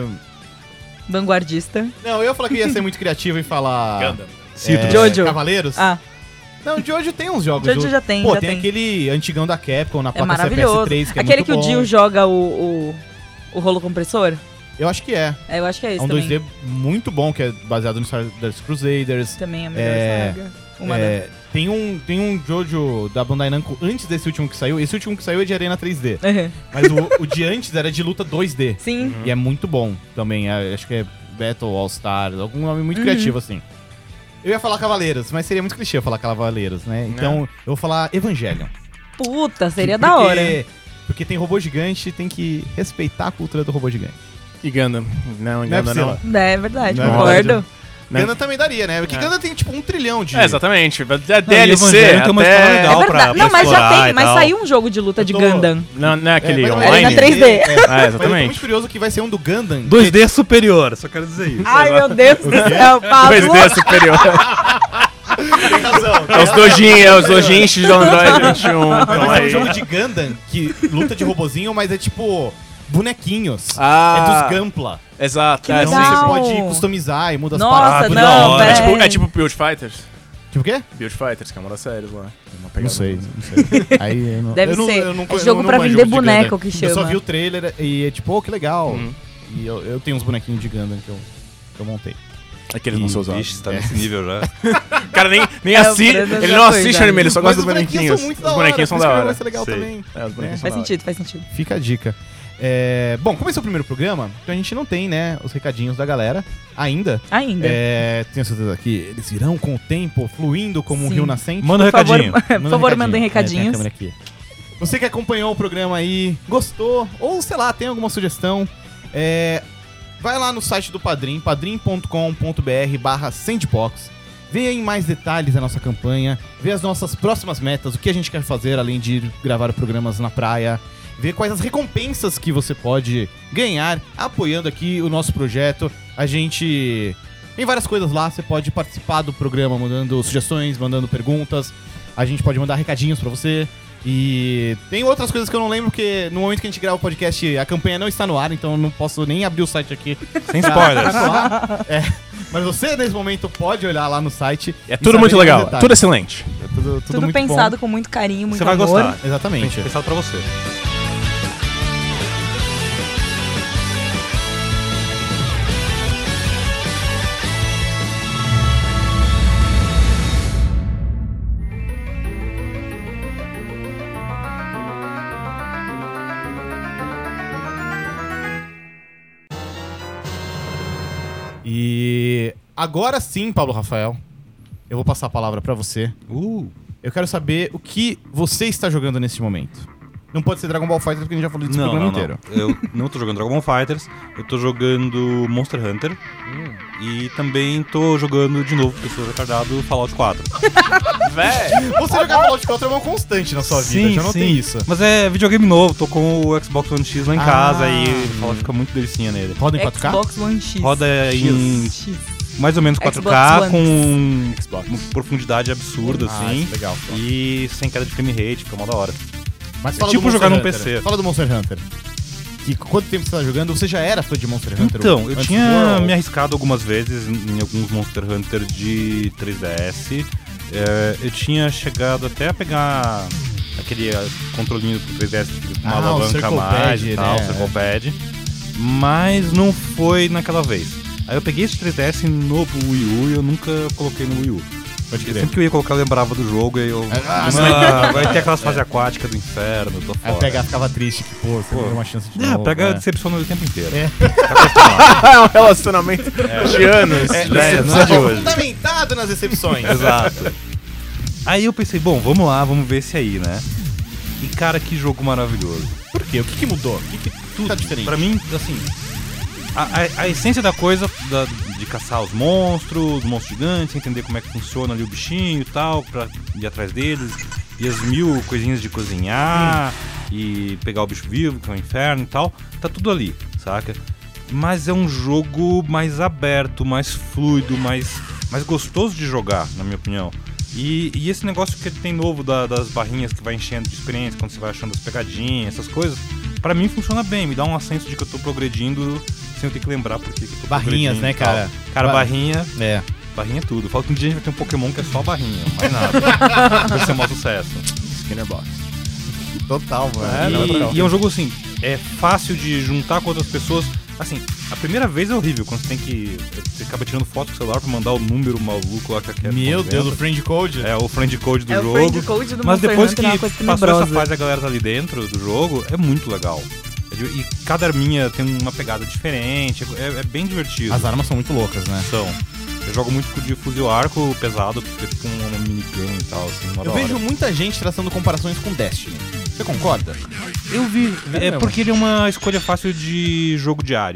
Vanguardista. Não, eu ia falar que ia ser muito criativo em falar... Gundam. É, Jojo. Cavaleiros? Ah, Não, Jojo tem uns jogos. Jojo do- já tem, Pô, já tem, tem. aquele antigão da Capcom na é placa maravilhoso. P S três, que é Aquele muito que o bom. Dio joga o, o, o rolo compressor? Eu acho que é. É, eu acho que é É esse um também. dois D muito bom, que é baseado no Stardust Crusaders. Também é a melhor É, saga. Uma É, tem, um, tem um Jojo da Bandai Namco antes desse último que saiu. Esse último que saiu é de Arena três D. da... Uhum. Mas o, o de antes era de luta dois D. Sim. E é muito bom também. é, acho que é Battle All Stars, algum nome muito Uhum. criativo assim. Eu ia falar Cavaleiros, mas seria muito clichê eu falar Cavaleiros, né? Então eu vou falar Evangelion. Puta, seria Porque- da hora. Porque tem robô gigante, tem que respeitar a cultura do robô gigante. E Gundam. Não, Não é, Gundam não. Priscila? É verdade, Não é concordo. Né? Gundam também daria, né? Porque É. Gundam tem tipo um trilhão de... É, exatamente. Da Não, e D L C Evangelion tem uma até... história legal. É pra- verdade. pra Não, mas já explorar tem, e mas tal. saiu um jogo de luta de Eu tô- Gundam. Não, não é aquele mas online? Era na três D. É, Ah, Mas eu tô muito exatamente. curioso que vai ser um do Gundam. dois D superior, só quero dizer isso. Ai, meu Deus do céu, dois Pablo. D superior. Tem razão. É os dojin, é os dojins de Android vinte e um. Mas Então vai ser um aí... jogo de Gundam que luta de robozinho, mas é tipo bonequinhos. Ah, É dos Gunpla. exato. Então É, você legal. pode customizar e muda as Nossa, paradas. Ah, não, da hora. É velho. tipo, é tipo Build Fighters. Tipo o quê? Build Fighters, que é uma das séries lá. Tem uma Não pegada sei, assim. não sei. Aí eu não, Deve eu não, ser. eu não, É eu jogo não pra manjo vender de boneco Gundam. que Eu só chama. vi o trailer e é tipo, oh, que legal. Uhum. E eu, eu tenho uns bonequinhos de Gundam que eu, que eu montei. Aqueles não são usados. Vixe, tá nesse nível já. O cara nem, nem É, o assiste. Brandon Ele já não foi, assiste já. anime, ele só gosta Mas dos os bonequinhos bonequinhos. são muito Os da hora. bonequinhos são por isso da que hora. Vai ser legal Sei. também. É, os bonequinhos É. são Faz da hora. sentido, faz sentido. Fica a dica. É, bom, como esse é o primeiro programa, então a gente não tem, né, os recadinhos da galera ainda. Ainda. É, tenho certeza que eles virão com o tempo, fluindo como um Sim. rio nascente. Manda um Por favor, recadinho. por favor, mandem É, tem a recadinhos. câmera aqui. Você que acompanhou o programa aí, gostou, ou sei lá, tem alguma sugestão, é, vai lá no site do Padrim, padrim ponto com ponto br barra sandbox. Vê em mais detalhes a nossa campanha, vê as nossas próximas metas, o que a gente quer fazer além de ir gravar programas na praia, ver quais as recompensas que você pode ganhar apoiando aqui o nosso projeto. A gente tem várias coisas lá, você pode participar do programa mandando sugestões, mandando perguntas. A gente pode mandar recadinhos pra você. E tem outras coisas que eu não lembro, porque no momento que a gente grava o podcast, a campanha não está no ar, então eu não posso nem abrir o site aqui. Sem pra- spoilers. pra falar. É, mas você, nesse momento, pode olhar lá no site. É e tudo saber muito mais legal, detalhes. tudo excelente. É tudo, tudo, Tudo muito pensado bom. com muito carinho, muito Você vai amor. gostar. Exatamente. Pensado pra você. E agora sim, Pablo Rafael, eu vou passar a palavra pra você. Uh. Eu quero saber o que você está jogando nesse momento. Não pode ser Dragon Ball Fighter, porque a gente já falou disso no Não, programa não, inteiro. não. Eu não tô jogando Dragon Ball Fighters, eu tô jogando Monster Hunter. Hum. E também tô jogando de novo, porque eu sou retardado, Fallout quatro. Véi. Você jogar Fallout quatro é uma constante na sua vida, já não tem isso. Mas é videogame novo, tô com o Xbox One X lá em Ah. casa e o Fallout fica muito delicinha nele. Roda em quatro K? Xbox One X. Roda em X. mais ou menos quatro Xbox K One. com Xbox. uma profundidade absurda, Ah, assim. isso é legal. E sem queda de frame rate, fica mó da hora. Mas É tipo do Monster jogar num Hunter. P C. Fala do Monster Hunter. E quanto tempo você tá jogando? Você já era fã de Monster Hunter? Então, eu Antes tinha do World? me arriscado algumas vezes em, em alguns Monster Hunter de três D S. É, eu tinha chegado até a pegar aquele eh, controlinho do três D S com uma Ah, o alavanca a Circle mais Pad, e tal, né? Circle Pad. Mas não foi naquela vez. Aí eu peguei esse três D S no Wii U e eu nunca coloquei no Wii U. Pode Eu crer. sempre que eu ia colocar, eu lembrava do jogo e eu. Ah, "Ah, vai ter aquelas fases aquáticas do inferno, tô Aí fora. o P H ficava triste, que, pô, você Pô. não deu uma chance de É, novo. pega né? decepciona o tempo inteiro. É. Tá acostumado. É um relacionamento de anos. É, né? é, não é de hoje. Fundamentado nas decepções. Exato. Aí eu pensei, bom, vamos lá, vamos ver esse aí, né? E cara, que jogo maravilhoso. Por quê? O que, que mudou? O que, que tudo tá diferente? Pra mim, assim, a, a- a essência da coisa, da- de caçar os monstros, os monstros gigantes, entender como é que funciona ali o bichinho e tal, pra ir atrás deles, e as mil coisinhas de cozinhar, e pegar o bicho vivo, que é o inferno e tal, tá tudo ali, saca? Mas é um jogo mais aberto, mais fluido, mais, mais gostoso de jogar, na minha opinião. E, e esse negócio que tem novo da- das barrinhas que vai enchendo de experiência, quando você vai achando as pegadinhas, essas coisas, pra mim funciona bem, me dá um senso de que eu tô progredindo sem eu ter que lembrar por que que eu tô Barrinhas, progredindo né, e tal. cara? Cara, Ba- barrinha, É. barrinha é tudo. Fala que um dia a gente vai ter um Pokémon que é só barrinha, mais nada. Vai ser um maior sucesso. Skinner Box. Total, mano. É, não, é legal. E, e é um jogo assim, é fácil de juntar com outras pessoas. Assim, a primeira vez é horrível, quando você tem que. Você acaba tirando foto com o celular pra mandar o número maluco lá que a Capcom Meu inventa. Deus, o Friend Code. É o friend code do É o jogo. friend code do Mas Monster depois Hunter, que é uma coisa passou essa tenebrosa. fase, a galera tá ali dentro do jogo, é muito legal. É de- E cada arminha tem uma pegada diferente, é, é bem divertido. As armas são muito loucas, né? São. Eu jogo muito com de fuzil arco pesado, porque fica uma minigun e tal, assim, uma Eu da hora. vejo muita gente traçando comparações com Destiny. Você concorda? Eu vi. É mesmo? porque ele é uma escolha fácil de jogo diário,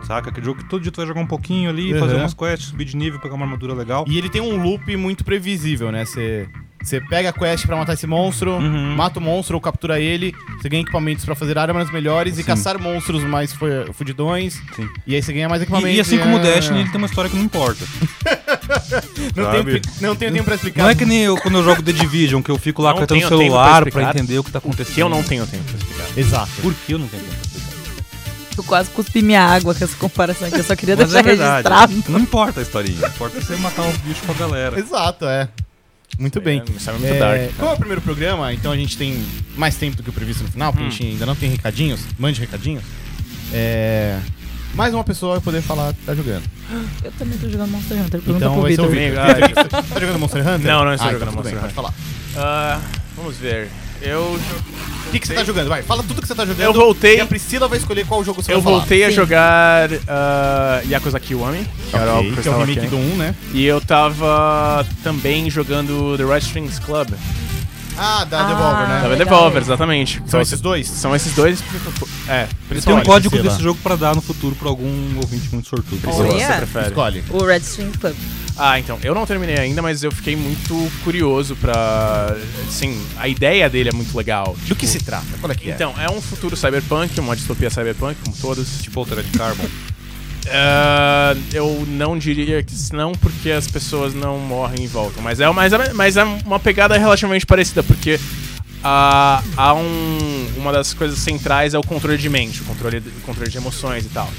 Saca? Aquele jogo que todo dia tu vai jogar um pouquinho ali, Uhum. fazer umas quests, subir de nível, pegar uma armadura legal. E ele tem um loop muito previsível, né? Você você pega a quest pra matar esse monstro, Uhum. mata o monstro ou captura ele, você ganha equipamentos pra fazer armas melhores e Sim. caçar monstros mais fu- fudidões. Sim. E aí você ganha mais equipamentos. E, e assim como o é- Destiny, ele tem uma história que não importa. Não sabe? tenho, não tenho tempo pra explicar. Não é que nem eu quando eu jogo The Division, que eu fico lá Não apertando o tenho tempo celular pra pra, explicar. entender o que tá acontecendo. Que eu não tenho tempo pra explicar. Exato. Por que eu não tenho tempo pra explicar? Eu quase cuspi minha água com essa comparação aqui. Eu só queria Mas deixar é verdade. registrado. Não importa a historinha. Importa você matar um bicho com a galera. Exato, é. Muito bem. É, isso é muito É, dark. como é o primeiro programa, então a gente tem mais tempo do que o previsto no final, porque a gente ainda não tem recadinhos. Mande recadinhos. É... Mais uma pessoa vai poder falar que tá jogando. Eu também tô jogando Monster Hunter. Pergunta Então pro vai ser o Victor. Victor. Amigo, Victor, Tá jogando Monster Hunter? Não, não estou ah, jogando então tudo Monster bem, Hunter. pode falar. Ah, vamos ver. Eu O que, que você tá jogando? Vai, fala tudo que você tá jogando. Eu voltei- E a Priscila vai escolher qual jogo você Eu vai falar. voltei a Sim. jogar ah, Yakuza Kiwami, que era algo Ok, que eu que é o estava remake aqui. do um, né? E eu tava também jogando The Red Strings Club. Ah, da Ah, Devolver, né? Tava legal. Devolver, exatamente. São esses dois? São esses dois. É, Eu principalmente. tenho um código Priscila. desse jogo pra dar no futuro pra algum ouvinte muito sortudo. Se Oh, você yeah. prefere. Escolhe. O Red String Club. Ah, então, eu não terminei ainda, mas eu fiquei muito curioso pra... Assim, a ideia dele é muito legal. Do que se trata? Qual é que é? Então, é um futuro cyberpunk, uma distopia cyberpunk, como todas. Tipo Altered Carbon. Ah, eu não diria que não, porque as pessoas não morrem em volta. Mas é, mas é, mas é uma pegada relativamente parecida, porque ah, há um, uma das coisas centrais é o controle de mente, o controle, o controle de emoções e tal.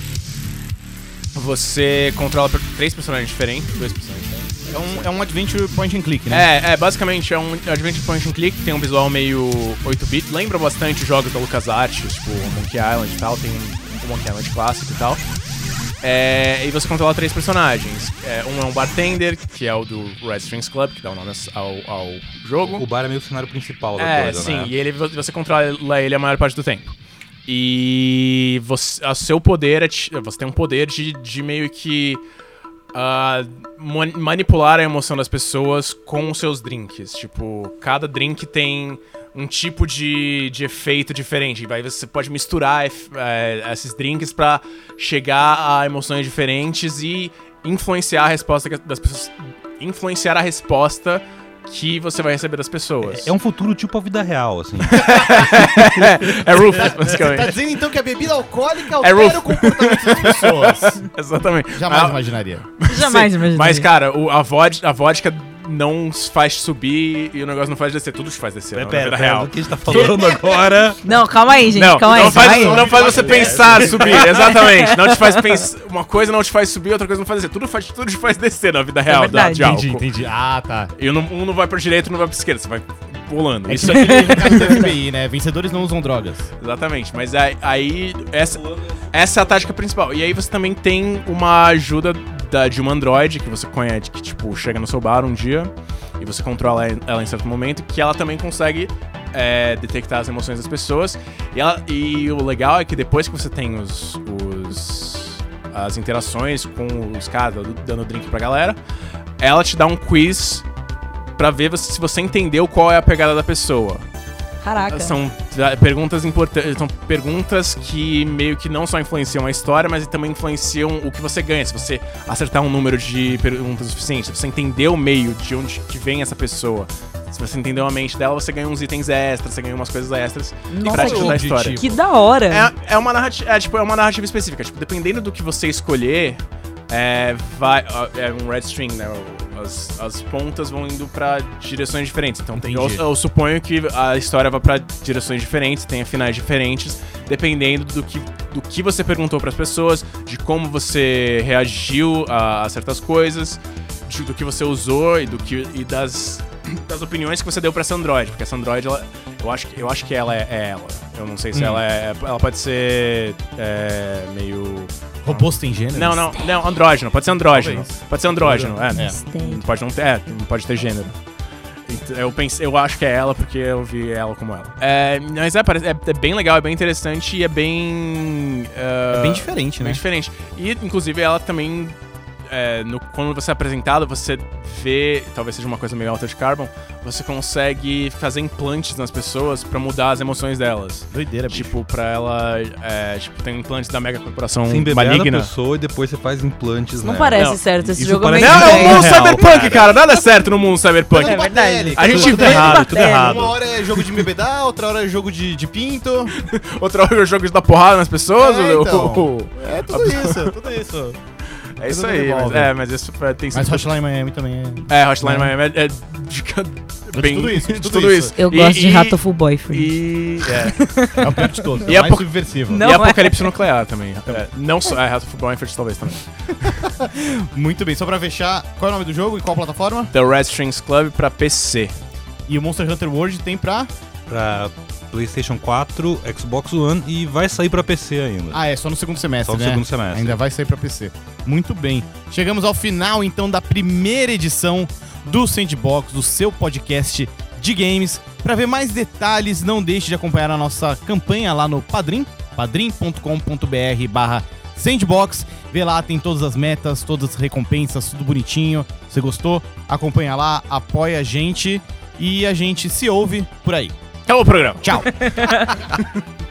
Você controla per- três personagens diferentes, dois personagens diferentes. É um, é um adventure point and click, né? É, é, basicamente é um adventure point and click, tem um visual meio oito bit, lembra bastante jogos da LucasArts, tipo Monkey Island e tal, tem um, um Monkey Island clássico e tal. É, e você controla três personagens. É, um é um bartender, que é o do Red Strings Club, que dá o nome ao, ao jogo. O bar é meio que o cenário principal da É, coisa, sim, né? e ele, você controla ele a maior parte do tempo. E você, o seu poder é. de- Você tem um poder de, de meio que. ah, man- manipular a emoção das pessoas com os seus drinks. Tipo, cada drink tem um tipo de, de efeito diferente. Aí você pode misturar ef- eh, esses drinks pra chegar a emoções diferentes e influenciar a resposta que- das pessoas. Influenciar a resposta que você vai receber das pessoas. É um futuro tipo a vida real, assim. É Rufus, Tá basicamente. dizendo então que a bebida alcoólica É altera roof. o comportamento das pessoas. Exatamente. Jamais Ah, imaginaria. Jamais sim, imaginaria. Mas, cara, o- a, vodka, a vodka não faz subir e o negócio não faz descer. Tudo te faz descer, na vida real. do que a gente tá falando agora. Não, calma aí, gente. Não, calma aí. não faz, calma aí. não faz você pensar subir, exatamente. Não te faz pensar. Uma coisa não te faz subir, outra coisa não faz descer. Tudo, faz, tudo te faz descer na vida real da, verdade. de álcool. Entendi, entendi. Ah, tá. E um, um não vai pra direita e não vai pra esquerda, você vai pulando. É Isso isso aquele recado do F B I, né? Vencedores não usam drogas. Exatamente, mas aí, aí essa, essa é a tática principal. E aí você também tem uma ajuda da, de uma android que você conhece, que tipo, chega no seu bar um dia e você controla ela em certo momento, que ela também consegue é, detectar as emoções das pessoas. E, ela, e o legal é que depois que você tem os, os as interações com os caras, dando drink pra galera, ela te dá um quiz pra ver você- se você entendeu qual é a pegada da pessoa. Caraca. São ah, perguntas importantes, são perguntas que meio que não só influenciam a história, mas também influenciam o que você ganha. Se você acertar um número de perguntas suficiente, se você entender o meio de onde que vem essa pessoa, se você entendeu a mente dela, você ganha uns itens extras, você ganha umas coisas extras Nossa, pra te ajudar a que história. Que da hora. É, é uma narrativa, é, tipo, é uma narrativa específica. Tipo, dependendo do que você escolher, é, vai, ó, é um red string, né? As, as pontas vão indo pra direções diferentes. Então, tem, eu, Entendi. eu suponho que a história vai pra direções diferentes, tenha finais diferentes, dependendo do que, do que você perguntou pras pessoas, de como você reagiu a, a certas coisas, de- do que você usou e, do que, e das, das opiniões que você deu pra essa android. Porque essa android, ela, eu, acho, que- eu acho que ela é, é ela. Eu não sei se Hum. ela é. Ela pode ser é, meio. Robôs têm gênero? Não, não, não, andrógeno, pode ser andrógeno. Talvez. Pode ser andrógeno, é. É. Não pode não ter, é, não pode ter gênero. Então, Eu, pensei, eu acho que é ela porque eu vi ela como ela. É, mas é, parece- é, é bem legal, é bem interessante e é bem. É bem diferente, bem né? diferente. E, inclusive, ela também é, no, quando você é apresentado, você vê, talvez seja uma coisa meio Altered Carbon, você consegue fazer implantes nas pessoas pra mudar as emoções delas. Doideira, bicho. Tipo, pra ela, é, tipo, tem implantes da mega corporação Você embebeda a maligna. pessoa e depois você faz implantes Não nela. parece Não, certo, esse isso jogo parece é Não, meio é o Real, mundo cara. cyberpunk, cara. Nada é certo no mundo cyberpunk. É verdade. A gente tudo vê errado, tudo Batalha. errado. Uma hora é jogo de embebedar, outra hora é jogo de, de pinto. outra hora o jogo de dar porrada nas pessoas. É, o- então. o- É tudo isso, tudo isso. É isso Tudo aí, mas, devolve. é, mas isso é, tem Mas sido- Hotline Miami também É, Hotline É. Miami é, é de, de bem, tudo isso, de de tudo tudo isso. isso. Eu E- gosto de e- Ratoful Boyfriend. E, é. é o pior de todos. E é a o mais po- subversivo. Não e é. Apocalipse Nuclear também. É, não só. É, House of Boyfriend talvez também. Muito bem, só pra fechar, qual é o nome do jogo e qual plataforma? The Red Strings Club pra P C. E o Monster Hunter World tem pra... Pra PlayStation quatro, Xbox One e vai sair pra P C ainda. Ah, é, só no segundo semestre, Só no né? segundo semestre. Ainda vai sair pra P C. Muito bem. Chegamos ao final, então, da primeira edição do Sandbox, do seu podcast de games. Pra ver mais detalhes, não deixe de acompanhar a nossa campanha lá no Padrim, padrim.com.br barra Sandbox. Vê lá, tem todas as metas, todas as recompensas, tudo bonitinho. Você gostou? Acompanha lá, apoia a gente e a gente se ouve por aí. Acabou o programa. Tchau!